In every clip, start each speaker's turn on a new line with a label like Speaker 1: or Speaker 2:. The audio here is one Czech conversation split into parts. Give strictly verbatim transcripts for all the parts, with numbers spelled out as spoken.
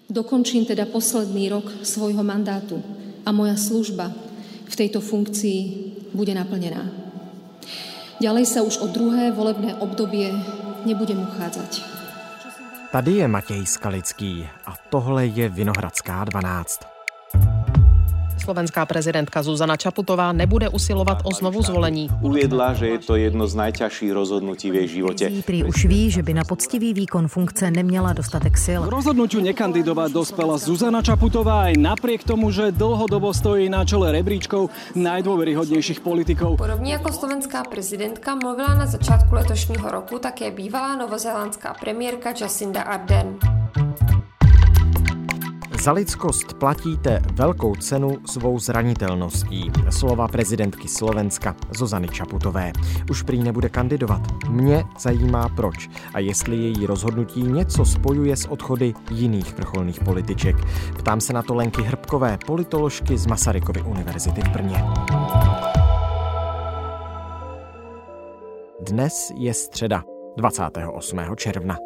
Speaker 1: Dokončím teda posledný rok svojho mandátu a moja služba v tejto funkcii bude naplnená. Ďalej sa už o druhé volebné obdobie nebudem uchádzať.
Speaker 2: Tady je Matěj Skalický a tohle je Vinohradská dvanáct.
Speaker 3: Slovenská prezidentka Zuzana Čaputová nebude usilovat o znovu zvolení.
Speaker 4: Uviedla, že je to jedno z najťažších rozhodnutí v jej živote.
Speaker 5: Prý už ví, že by na poctivý výkon funkce neměla dostatek sil.
Speaker 6: K rozhodnutiu nekandidovať dospela Zuzana Čaputová aj napriek tomu, že dlhodobo stojí na čele rebríčkov najdôveryhodnejších politikov.
Speaker 7: Podobně jako slovenská prezidentka mluvila na začátku letošního roku také bývalá novozélandská premiérka Jacinda Ardern.
Speaker 2: Za lidskost platíte velkou cenu svou zranitelností. Slova prezidentky Slovenska Zuzany Čaputové. Už prý nebude kandidovat. Mě zajímá proč a jestli její rozhodnutí něco spojuje s odchody jiných vrcholných političek. Ptám se na to Lenky Hrbkové, politoložky z Masarykovy univerzity v Brně. Dnes je středa, dvacátého osmého června.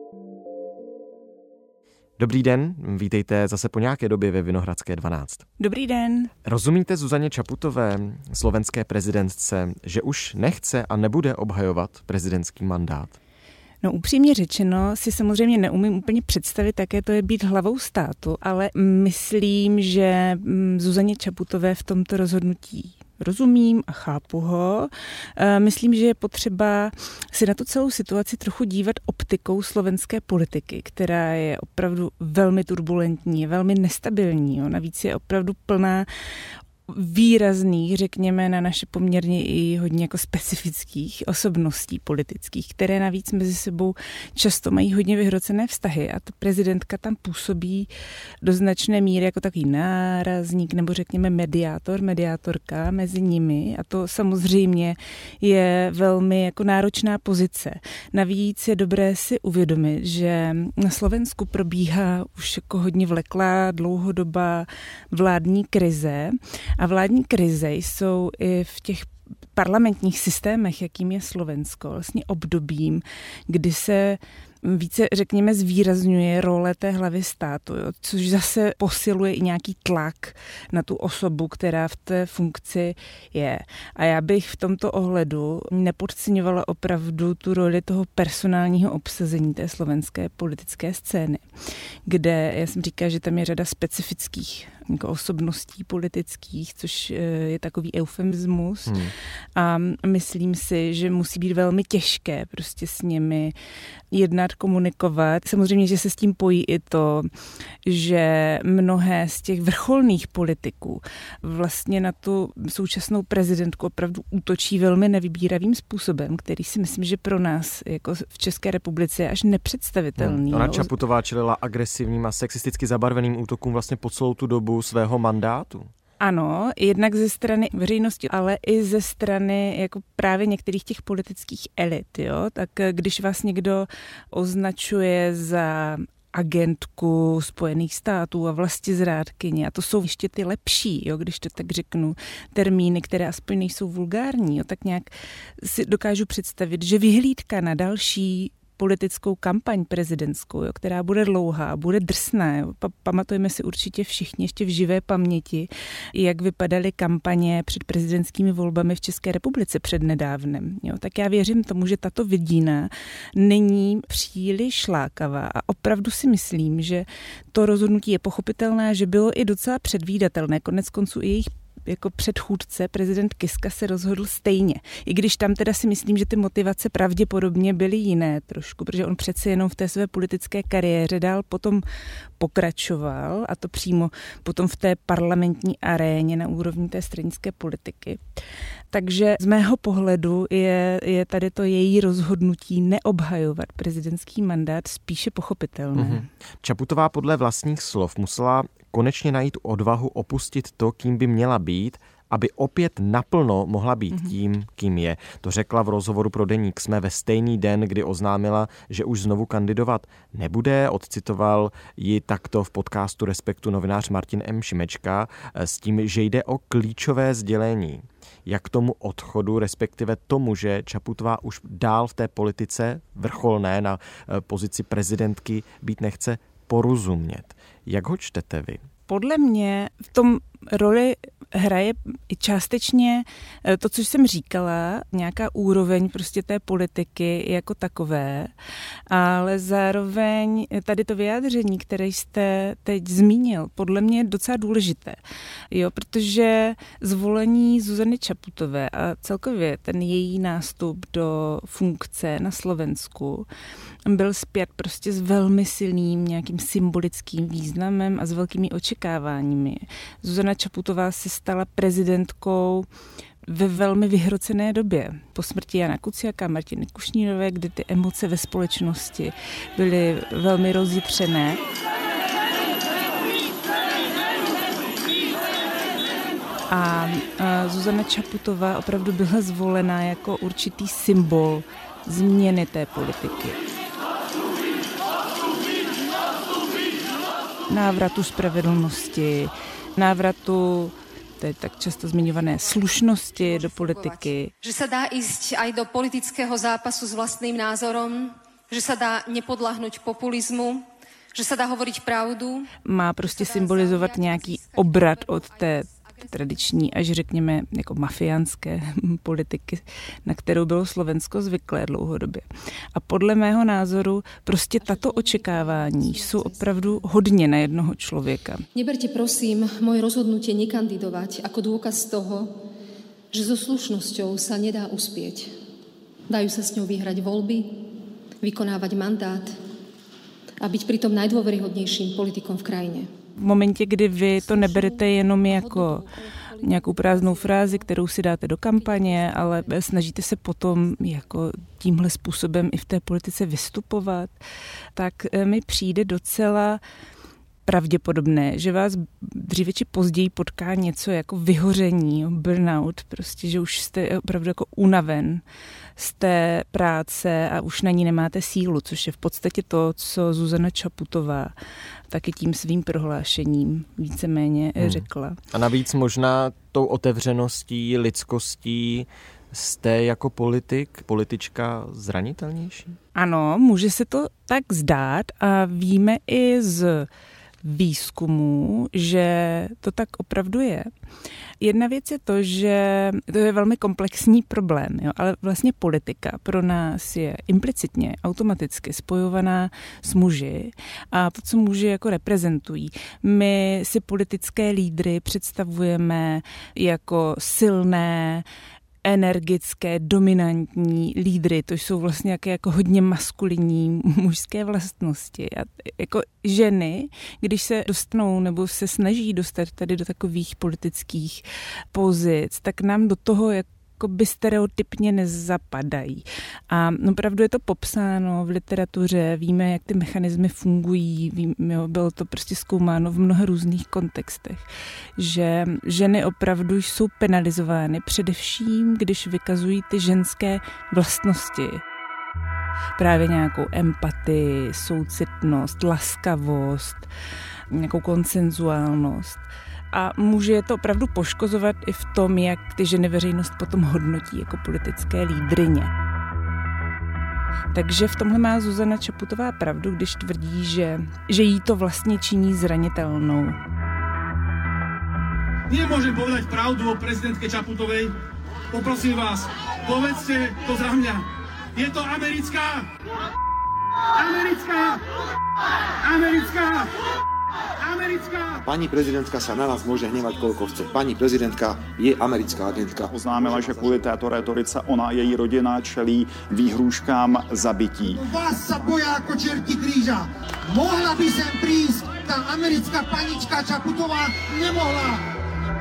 Speaker 2: Dobrý den, vítejte zase po nějaké době ve Vinohradské dvanáct.
Speaker 8: Dobrý den.
Speaker 2: Rozumíte Zuzaně Čaputové, slovenské prezidentce, že už nechce a nebude obhajovat prezidentský mandát?
Speaker 8: No upřímně řečeno si samozřejmě neumím úplně představit, jaké to je být hlavou státu, ale myslím, že Zuzaně Čaputové v tomto rozhodnutí rozumím a chápu ho. Myslím, že je potřeba si na tu celou situaci trochu dívat optikou slovenské politiky, která je opravdu velmi turbulentní, velmi nestabilní. Jo. Navíc je opravdu plná výrazných, řekněme, na naše poměrně i hodně jako specifických osobností politických, které navíc mezi sebou často mají hodně vyhrocené vztahy a ta prezidentka tam působí do značné míry jako takový nárazník nebo řekněme mediátor, mediátorka mezi nimi a to samozřejmě je velmi jako náročná pozice. Navíc je dobré si uvědomit, že na Slovensku probíhá už jako hodně vleklá dlouhodobá vládní krize. A vládní krize jsou i v těch parlamentních systémech, jakým je Slovensko, vlastně obdobím, kdy se více, řekněme, zvýrazňuje role té hlavy státu, jo, což zase posiluje i nějaký tlak na tu osobu, která v té funkci je. A já bych v tomto ohledu nepodceňovala opravdu tu roli toho personálního obsazení té slovenské politické scény, kde já jsem říkala, že tam je řada specifických jako osobností politických, což je takový eufemismus. Hmm. A myslím si, že musí být velmi těžké prostě s nimi jednat, komunikovat. Samozřejmě, že se s tím pojí i to, že mnohé z těch vrcholných politiků vlastně na tu současnou prezidentku opravdu útočí velmi nevybíravým způsobem, který si myslím, že pro nás jako v České republice je až nepředstavitelný.
Speaker 2: Hmm. Ona Čaputová čelila agresivním a sexisticky zabarveným útokům vlastně po celou tu dobu svého mandátu.
Speaker 8: Ano, jednak ze strany veřejnosti, ale i ze strany jako právě některých těch politických elit, jo? Tak když vás někdo označuje za agentku Spojených států a vlastizrádkyně, a to jsou ještě ty lepší, jo, když to tak řeknu, termíny, které aspoň nejsou vulgární, jo, tak nějak si dokážu představit, že vyhlídka na další politickou kampaň prezidentskou, jo, která bude dlouhá, bude drsná. Jo. Pa- pamatujeme si určitě všichni ještě v živé paměti, jak vypadaly kampaně před prezidentskými volbami v České republice přednedávnem. Jo. Tak já věřím tomu, že tato vidina není příliš lákavá a opravdu si myslím, že to rozhodnutí je pochopitelné, že bylo i docela předvídatelné. Konec konců i jejich jako předchůdce, prezident Kiska se rozhodl stejně. I když tam teda si myslím, že ty motivace pravděpodobně byly jiné trošku, protože on přece jenom v té své politické kariéře dál potom pokračoval a to přímo potom v té parlamentní aréně na úrovni té stranické politiky. Takže z mého pohledu je, je tady to její rozhodnutí neobhajovat prezidentský mandát spíše pochopitelné. Mm-hmm.
Speaker 2: Čaputová podle vlastních slov musela konečně najít odvahu opustit to, kým by měla být, aby opět naplno mohla být mm-hmm. tím, kým je. To řekla v rozhovoru pro Deník SME ve stejný den, kdy oznámila, že už znovu kandidovat nebude. Odcitoval ji takto v podcastu Respektu novinář Martin M. Šimečka s tím, že jde o klíčové sdělení. Jak k tomu odchodu, respektive tomu, že Čaputová už dál v té politice vrcholné na pozici prezidentky být nechce, porozumět. Jak ho čtete vy?
Speaker 8: Podle mě v tom roli hraje i částečně to, co jsem říkala, nějaká úroveň prostě té politiky jako takové, ale zároveň tady to vyjádření, které jste teď zmínil, podle mě je docela důležité, jo, protože zvolení Zuzany Čaputové a celkově ten její nástup do funkce na Slovensku byl spjat prostě s velmi silným nějakým symbolickým významem a s velkými očekáváními. Zuzana Čaputová se stala prezidentkou ve velmi vyhrocené době. Po smrti Jana Kuciaka a Martiny Kušnírové, kdy ty emoce ve společnosti byly velmi rozjitřené. A Zuzana Čaputová opravdu byla zvolena jako určitý symbol změny té politiky. Návratu spravedlnosti, návratu té tak často zmiňované slušnosti do politiky.
Speaker 1: Že sa dá ísť aj do politického zápasu s vlastným názorom, že sa dá nepodľahnuť populizmu, že sa dá hovoriť pravdu.
Speaker 8: Má prostě symbolizovat nějaký obrat od té tradiční, až řekněme jako mafiánské politiky, na kterou bylo Slovensko zvyklé dlouhodobě. A podle mého názoru prostě tato očekávání jsou opravdu hodně na jednoho člověka.
Speaker 1: Neberte prosím moje rozhodnutie nekandidovať ako dôkaz toho, že so slušnosťou sa nedá uspieť. Dajú sa s ňou vyhrať voľby, vykonávať mandát a byť pritom najdôveryhodnejším politikom v krajine.
Speaker 8: V momentě, kdy vy to neberete jenom jako nějakou prázdnou frázi, kterou si dáte do kampaně, ale snažíte se potom jako tímhle způsobem i v té politice vystupovat, tak mi přijde docela pravděpodobné, že vás dříve či později potká něco jako vyhoření, burnout, prostě, že už jste opravdu jako unaven z té práce a už na ní nemáte sílu, což je v podstatě to, co Zuzana Čaputová taky tím svým prohlášením víceméně hmm. řekla.
Speaker 2: A navíc možná tou otevřeností, lidskostí jste jako politik, politička zranitelnější?
Speaker 8: Ano, může se to tak zdát a víme i z výzkumů, že to tak opravdu je. Jedna věc je to, že to je velmi komplexní problém, jo, ale vlastně politika pro nás je implicitně, automaticky spojovaná s muži a to, co muži jako reprezentují. My si politické lídry představujeme jako silné, energické, dominantní lídry, to jsou vlastně jaké jako hodně maskulinní mužské vlastnosti. A jako ženy, když se dostanou nebo se snaží dostat tady do takových politických pozic, tak nám do toho jako by stereotypně nezapadají. A opravdu je to popsáno v literatuře, víme, jak ty mechanismy fungují, víme, jo, bylo to prostě zkoumáno v mnoha různých kontextech, že ženy opravdu jsou penalizovány především, když vykazují ty ženské vlastnosti. Právě nějakou empatii, soucitnost, laskavost, nějakou konsenzuálnost. A může je to opravdu poškozovat i v tom, jak ty ženy veřejnost potom hodnotí jako politické lídryně. Takže v tomhle má Zuzana Čaputová pravdu, když tvrdí, že, že jí to vlastně činí zranitelnou.
Speaker 9: Nemôžem povedať pravdu o prezidentke Čaputovej. Poprosím vás, povedzte to za mňa. Je to americká! Americká! Americká! Americká!
Speaker 10: Pani prezidentka sa na nás môže hnevať koľko chce. Pani prezidentka je americká agentka.
Speaker 11: Oznámila, že kvůli této rétorice ona a její rodina čelí výhrůžkám zabití.
Speaker 9: Vás sa boja ako čerti kríža. Mohla by sem prísť, tá americká panička Čaputová nemohla.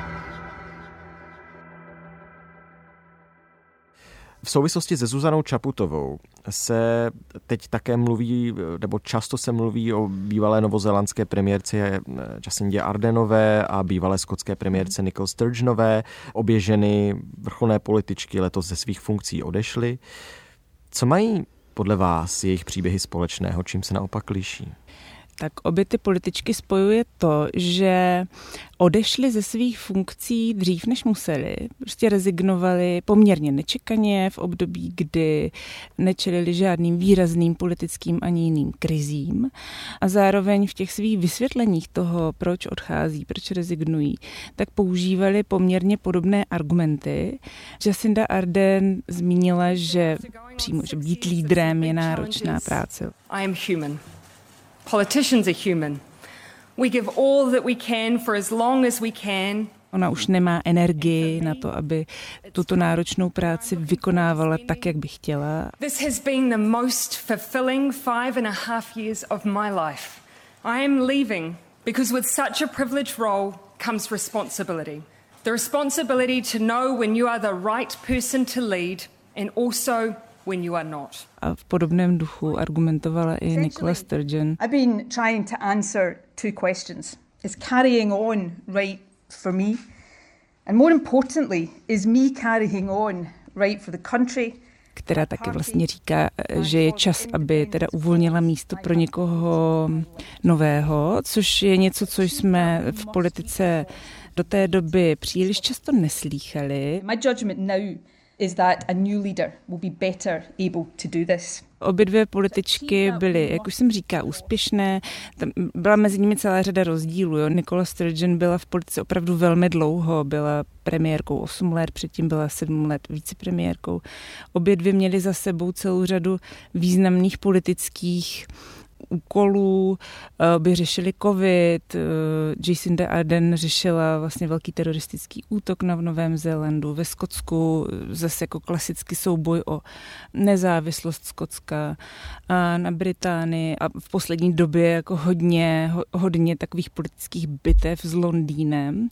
Speaker 2: V souvislosti se Zuzanou Čaputovou se teď také mluví, nebo často se mluví o bývalé novozélandské premiérce Jacindě Ardernové a bývalé skotské premiérce Nicole Sturgeonové. Obě ženy, vrcholné političky, letos ze svých funkcí odešly. Co mají podle vás jejich příběhy společného, čím se naopak liší?
Speaker 8: tak obě ty političky spojuje to, že odešly ze svých funkcí dřív, než museli. Prostě rezignovali poměrně nečekaně v období, kdy nečelili žádným výrazným politickým ani jiným krizím. A zároveň v těch svých vysvětleních toho, proč odchází, proč rezignují, tak používali poměrně podobné argumenty. Jacinda Ardern zmínila, že přímo, že být lídrem je náročná práce.
Speaker 12: I am human. Politicians are human. We give all that we can for as long as we can.
Speaker 8: Ona už nemá energii na to, aby tuto náročnou práci vykonávala tak, jak by chtěla.
Speaker 12: This has been the most fulfilling five and a half years of my life. I am leaving because with such a privileged role comes responsibility. The responsibility to know when you are the right person to lead and also when you are not.
Speaker 8: A v podobném duchu argumentovala i Nicola Sturgeon.
Speaker 13: I've been trying to answer two questions. Is carrying on right for me? And more importantly, is me carrying on right for the country?
Speaker 8: Která taky vlastně říká, že je čas, aby teda uvolnila místo pro někoho nového, což je něco, co jsme v politice do té doby příliš často neslýchali.
Speaker 13: My judgment now is that a new leader will be better able to do this.
Speaker 8: Obě dvě političky byly, jak už jsem říká, úspěšné. Tam byla mezi nimi celá řada rozdílů. Jo. Nicola Sturgeon byla v politice opravdu velmi dlouho, byla premiérkou osm let, předtím byla sedm let vicepremiérkou. Obě dvě měly za sebou celou řadu významných politických úkolů, by řešili covid, Jacinda Ardern řešila vlastně velký teroristický útok na Novém Zélandu, ve Skotsku zase jako klasický souboj o nezávislost Skotska, a na Británii a v poslední době jako hodně, hodně takových politických bitev s Londýnem.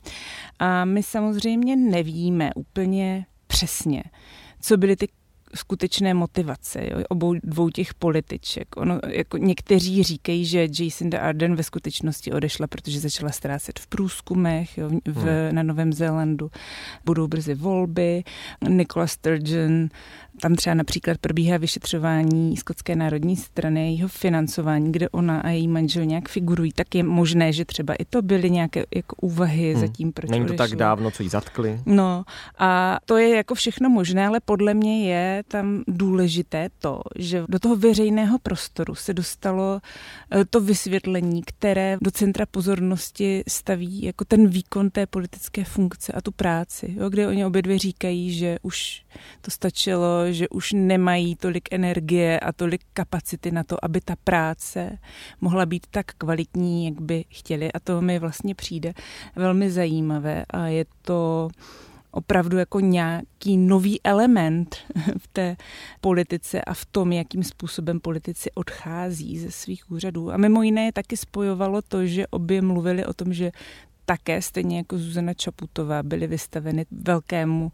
Speaker 8: A my samozřejmě nevíme úplně přesně, co byly ty skutečné motivace, jo, obou dvou těch političek. Ono, jako někteří říkají, že Jacinda Ardern ve skutečnosti odešla, protože začala ztrácet v průzkumech, jo, v, hmm. na Novém Zélandu. Budou brzy volby. Nicola Sturgeon, tam třeba například probíhá vyšetřování Skotské národní strany, jejího financování, kde ona a její manžel nějak figurují. Tak je možné, že třeba i to byly nějaké jako úvahy hmm. zatím, proč
Speaker 2: Není to
Speaker 8: odešla.
Speaker 2: tak dávno, co jí zatkli.
Speaker 8: No a to je jako všechno možné, ale podle mě je tam důležité to, že do toho veřejného prostoru se dostalo to vysvětlení, které do centra pozornosti staví jako ten výkon té politické funkce a tu práci, jo, kde oni obě dvě říkají, že už to stačilo, že už nemají tolik energie a tolik kapacity na to, aby ta práce mohla být tak kvalitní, jak by chtěli. A to mi vlastně přijde velmi zajímavé a je to opravdu jako nějaký nový element v té politice a v tom, jakým způsobem politici odchází ze svých úřadů. A mimo jiné taky spojovalo to, že obě mluvili o tom, že také stejně jako Zuzana Čaputová byly vystaveny velkému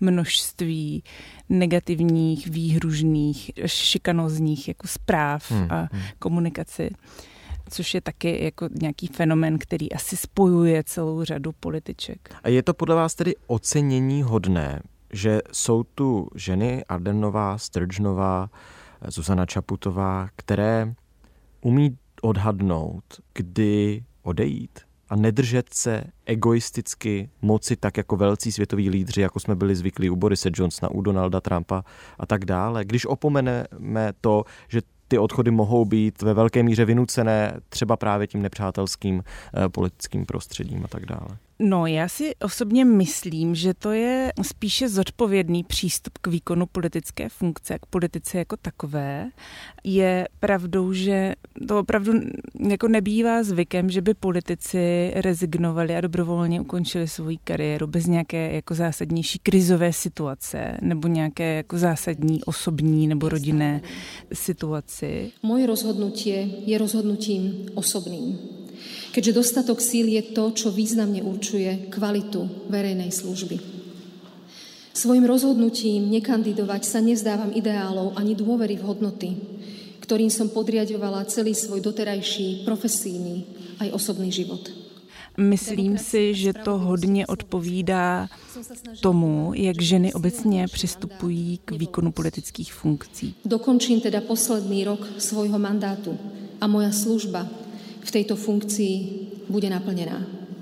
Speaker 8: množství negativních, výhružných, šikanózních jako zpráv hmm, a hmm. komunikaci, což je taky jako nějaký fenomén, který asi spojuje celou řadu političek.
Speaker 2: A je to podle vás tedy ocenění hodné, že jsou tu ženy Ardernová, Sturgeonová, Zuzana Čaputová, které umí odhadnout, kdy odejít a nedržet se egoisticky moci tak jako velcí světoví lídři, jako jsme byli zvyklí u Borise Johnsona, u Donalda Trumpa a tak dále. Když opomeneme to, že ty odchody mohou být ve velké míře vynucené třeba právě tím nepřátelským eh, politickým prostředím a tak dále.
Speaker 8: No, já si osobně myslím, že to je spíše zodpovědný přístup k výkonu politické funkce, k politice jako takové. Je pravdou, že to opravdu jako nebývá zvykem, že by politici rezignovali a dobrovolně ukončili svou kariéru bez nějaké jako zásadnější krizové situace nebo nějaké jako zásadní osobní nebo rodinné situaci.
Speaker 1: Moje rozhodnutie je rozhodnutím osobným. Keďže dostatok síl je to, čo významne určuje kvalitu verejnej služby. Svojim rozhodnutím nekandidovať sa nevzdávam ideálov ani dôvery v hodnoty, ktorým som podriaďovala celý svoj doterajší profesijný aj osobný život.
Speaker 8: Myslím si, že to hodně odpovídá tomu, jak ženy obecně přistupují k výkonu politických funkcí.
Speaker 1: Dokončím teda posledný rok svojho mandátu a moja služba v tejto funkcii bude naplnená.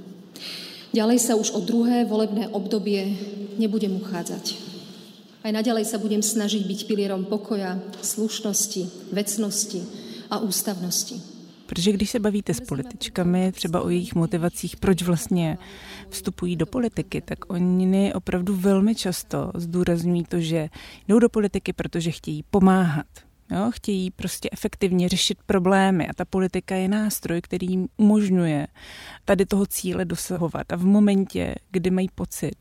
Speaker 1: Ďalej sa už o druhé volebné obdobie nebudem uchádzať. Aj naďalej sa budem snažiť byť pilierom pokoja, slušnosti, vecnosti a ústavnosti.
Speaker 8: Protože když se bavíte s političkami, třeba o jejich motivacích, proč vlastně vstupují do politiky, tak oni opravdu velmi často zdůrazňují to, že jdou do politiky, protože chtějí pomáhat. Jo, chtějí prostě efektivně řešit problémy a ta politika je nástroj, který jim umožňuje tady toho cíle dosahovat. A v momentě, kdy mají pocit,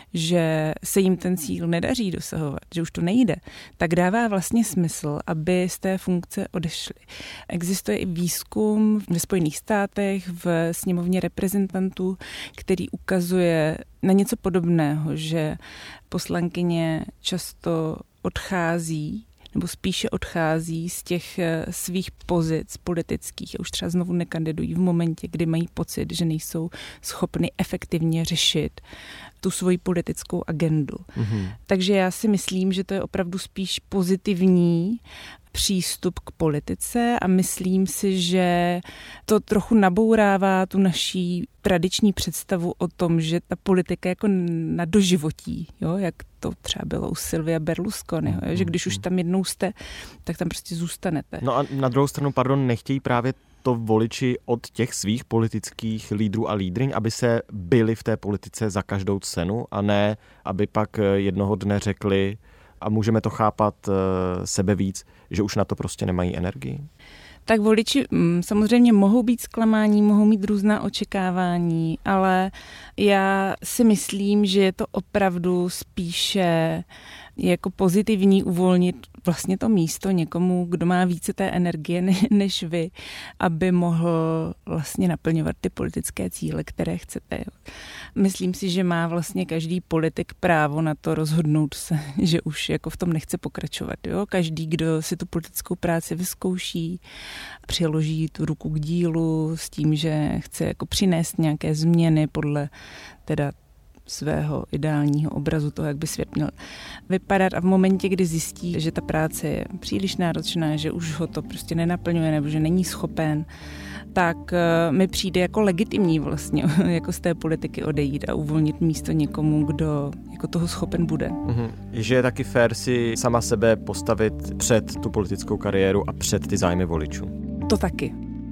Speaker 8: že se jim ten cíl nedaří dosahovat, že už to nejde, tak dává vlastně smysl, aby z té funkce odešli. Existuje i výzkum ve Spojených státech, v sněmovně reprezentantů, který ukazuje na něco podobného, že poslankyně často odchází nebo spíše odchází z těch svých pozic politických a už třeba znovu nekandidují v momentě, kdy mají pocit, že nejsou schopni efektivně řešit tu svoji politickou agendu. Mm-hmm. Takže já si myslím, že to je opravdu spíš pozitivní přístup k politice a myslím si, že to trochu nabourává tu naší tradiční představu o tom, že ta politika je jako na doživotí, jo? Jak to třeba bylo u Silvia Berlusconiho, jo? Že když už tam jednou jste, tak tam prostě zůstanete.
Speaker 2: No a na druhou stranu, pardon, nechtějí právě to voliči od těch svých politických lídrů a lídryň, aby se byli v té politice za každou cenu a ne, aby pak jednoho dne řekli, a můžeme to chápat sebe víc, že už na to prostě nemají energii?
Speaker 8: Tak voliči samozřejmě mohou být zklamání, mohou mít různá očekávání, ale já si myslím, že je to opravdu spíše jako pozitivní uvolnit vlastně to místo někomu, kdo má více té energie než vy, aby mohl vlastně naplňovat ty politické cíle, které chcete. Myslím si, že má vlastně každý politik právo na to rozhodnout se, že už jako v tom nechce pokračovat. Jo? Každý, kdo si tu politickou práci vyzkouší, přiloží tu ruku k dílu s tím, že chce jako přinést nějaké změny podle teda svého ideálního obrazu toho, jak by svět měl vypadat a v momentě, kdy zjistí, že ta práce je příliš náročná, že už ho to prostě nenaplňuje nebo že není schopen, tak mi přijde jako legitimní vlastně jako z té politiky odejít a uvolnit místo někomu, kdo jako toho schopen bude.
Speaker 2: Mm-hmm. Že je taky fér si sama sebe postavit před tu politickou kariéru a před ty zájmy voličů.
Speaker 8: To taky.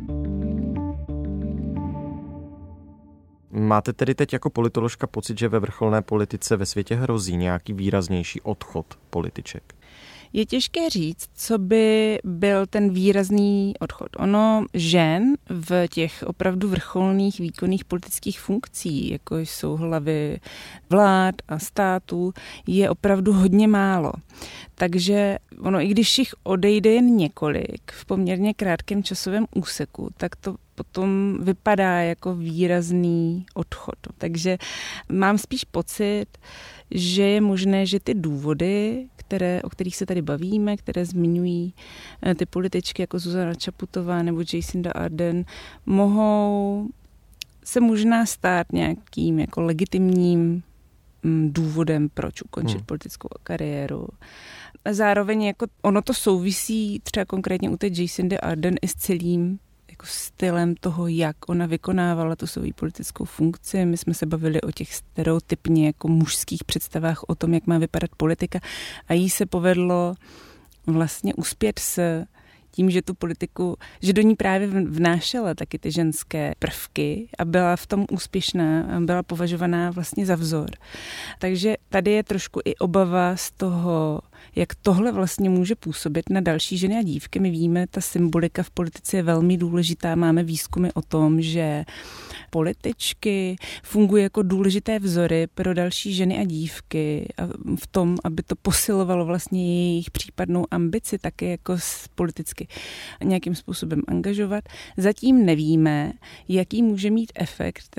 Speaker 2: Máte tedy teď jako politoložka pocit, že ve vrcholné politice ve světě hrozí nějaký výraznější odchod političek?
Speaker 8: Je těžké říct, co by byl ten výrazný odchod. Ono žen v těch opravdu vrcholných výkonných politických funkcí, jako jsou hlavy vlád a států, je opravdu hodně málo. Takže ono, i když jich odejde jen několik v poměrně krátkém časovém úseku, tak to potom vypadá jako výrazný odchod. Takže mám spíš pocit, že je možné, že ty důvody, které, o kterých se tady bavíme, které zmiňují ty političky jako Zuzana Čaputová nebo Jacinda Ardern, mohou se možná stát nějakým jako legitimním důvodem, proč ukončit hmm. politickou kariéru. A zároveň jako ono to souvisí třeba konkrétně u té Jacindy Ardern i s celým jako stylem toho, jak ona vykonávala tu svou politickou funkci. My jsme se bavili o těch stereotypně jako mužských představách o tom, jak má vypadat politika a jí se povedlo vlastně uspět s tím, že tu politiku, že do ní právě vnášela taky ty ženské prvky a byla v tom úspěšná, byla považovaná vlastně za vzor. Takže tady je trošku i obava z toho, jak tohle vlastně může působit na další ženy a dívky. My víme, ta symbolika v politice je velmi důležitá. Máme výzkumy o tom, že političky fungují jako důležité vzory pro další ženy a dívky a v tom, aby to posilovalo vlastně jejich případnou ambici také jako politicky nějakým způsobem angažovat. Zatím nevíme, jaký může mít efekt tady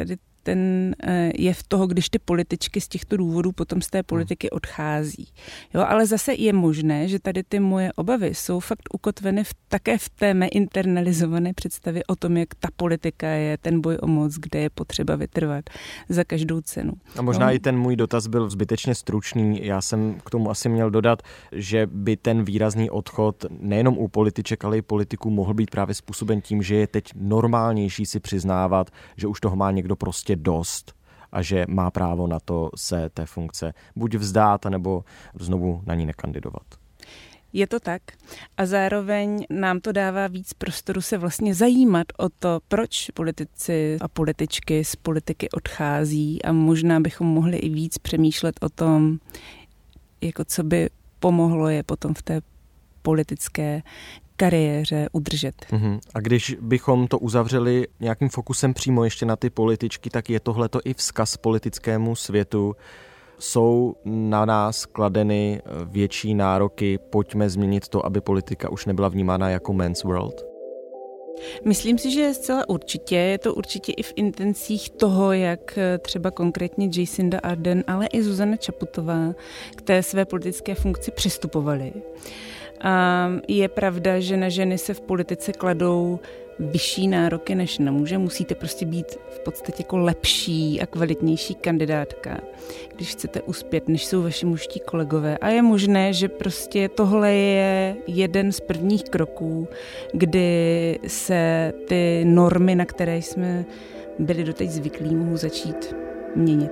Speaker 8: ten je v toho, když ty političky z těchto důvodů potom z té politiky odchází. Jo, ale zase je možné, že tady ty moje obavy jsou fakt ukotveny v, také v té mé internalizované představě o tom, jak ta politika je, ten boj o moc, kde je potřeba vytrvat za každou cenu.
Speaker 2: A možná
Speaker 8: no.
Speaker 2: i ten můj dotaz byl zbytečně stručný. Já jsem k tomu asi měl dodat, že by ten výrazný odchod nejenom u političek, ale i politiků mohl být právě způsoben tím, že je teď normálnější si přiznávat, že už toho má někdo prostě dost a že má právo na to se té funkce buď vzdát, nebo znovu na ní nekandidovat.
Speaker 8: Je to tak a zároveň nám to dává víc prostoru se vlastně zajímat o to, proč politici a političky z politiky odchází a možná bychom mohli i víc přemýšlet o tom, jako co by pomohlo je potom v té politické kariéře udržet.
Speaker 2: Uhum. A když bychom to uzavřeli nějakým fokusem přímo ještě na ty političky, tak je tohleto i vzkaz politickému světu. Jsou na nás kladeny větší nároky, pojďme změnit to, aby politika už nebyla vnímána jako men's world?
Speaker 8: Myslím si, že je zcela určitě. Je to určitě i v intencích toho, jak třeba konkrétně Jacinda Ardern, ale i Zuzana Čaputová k té své politické funkci přistupovali. A je pravda, že na ženy se v politice kladou vyšší nároky než na muže. Musíte prostě být v podstatě jako lepší a kvalitnější kandidátka, když chcete uspět, než jsou vaši mužští kolegové. A je možné, že prostě tohle je jeden z prvních kroků, kdy se ty normy, na které jsme byli doteď zvyklí, mohou začít měnit.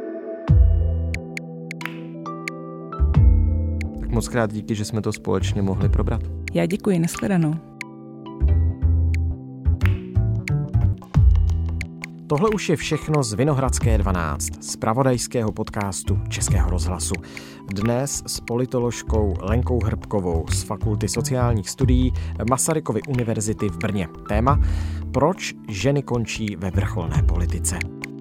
Speaker 2: Tak moc krát díky, že jsme to společně mohli probrat.
Speaker 8: Já děkuji, nashledanou.
Speaker 2: Tohle už je všechno z Vinohradské dvanáct, z zpravodajského podcastu Českého rozhlasu. Dnes s politoložkou Lenkou Hrbkovou z Fakulty sociálních studií Masarykovy univerzity v Brně. Téma: proč ženy končí ve vrcholné politice.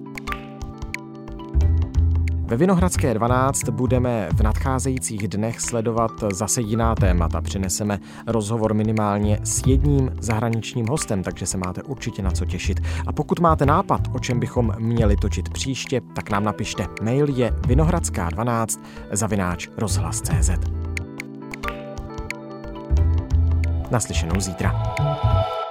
Speaker 2: Ve Vinohradské dvanáct budeme v nadcházejících dnech sledovat zase jiná témata. Přineseme rozhovor minimálně s jedním zahraničním hostem, takže se máte určitě na co těšit. A pokud máte nápad, o čem bychom měli točit příště, tak nám napište. Mail je vinohradská dvanáct zavináč rozhlas tečka cé zet. Naslyšenou zítra.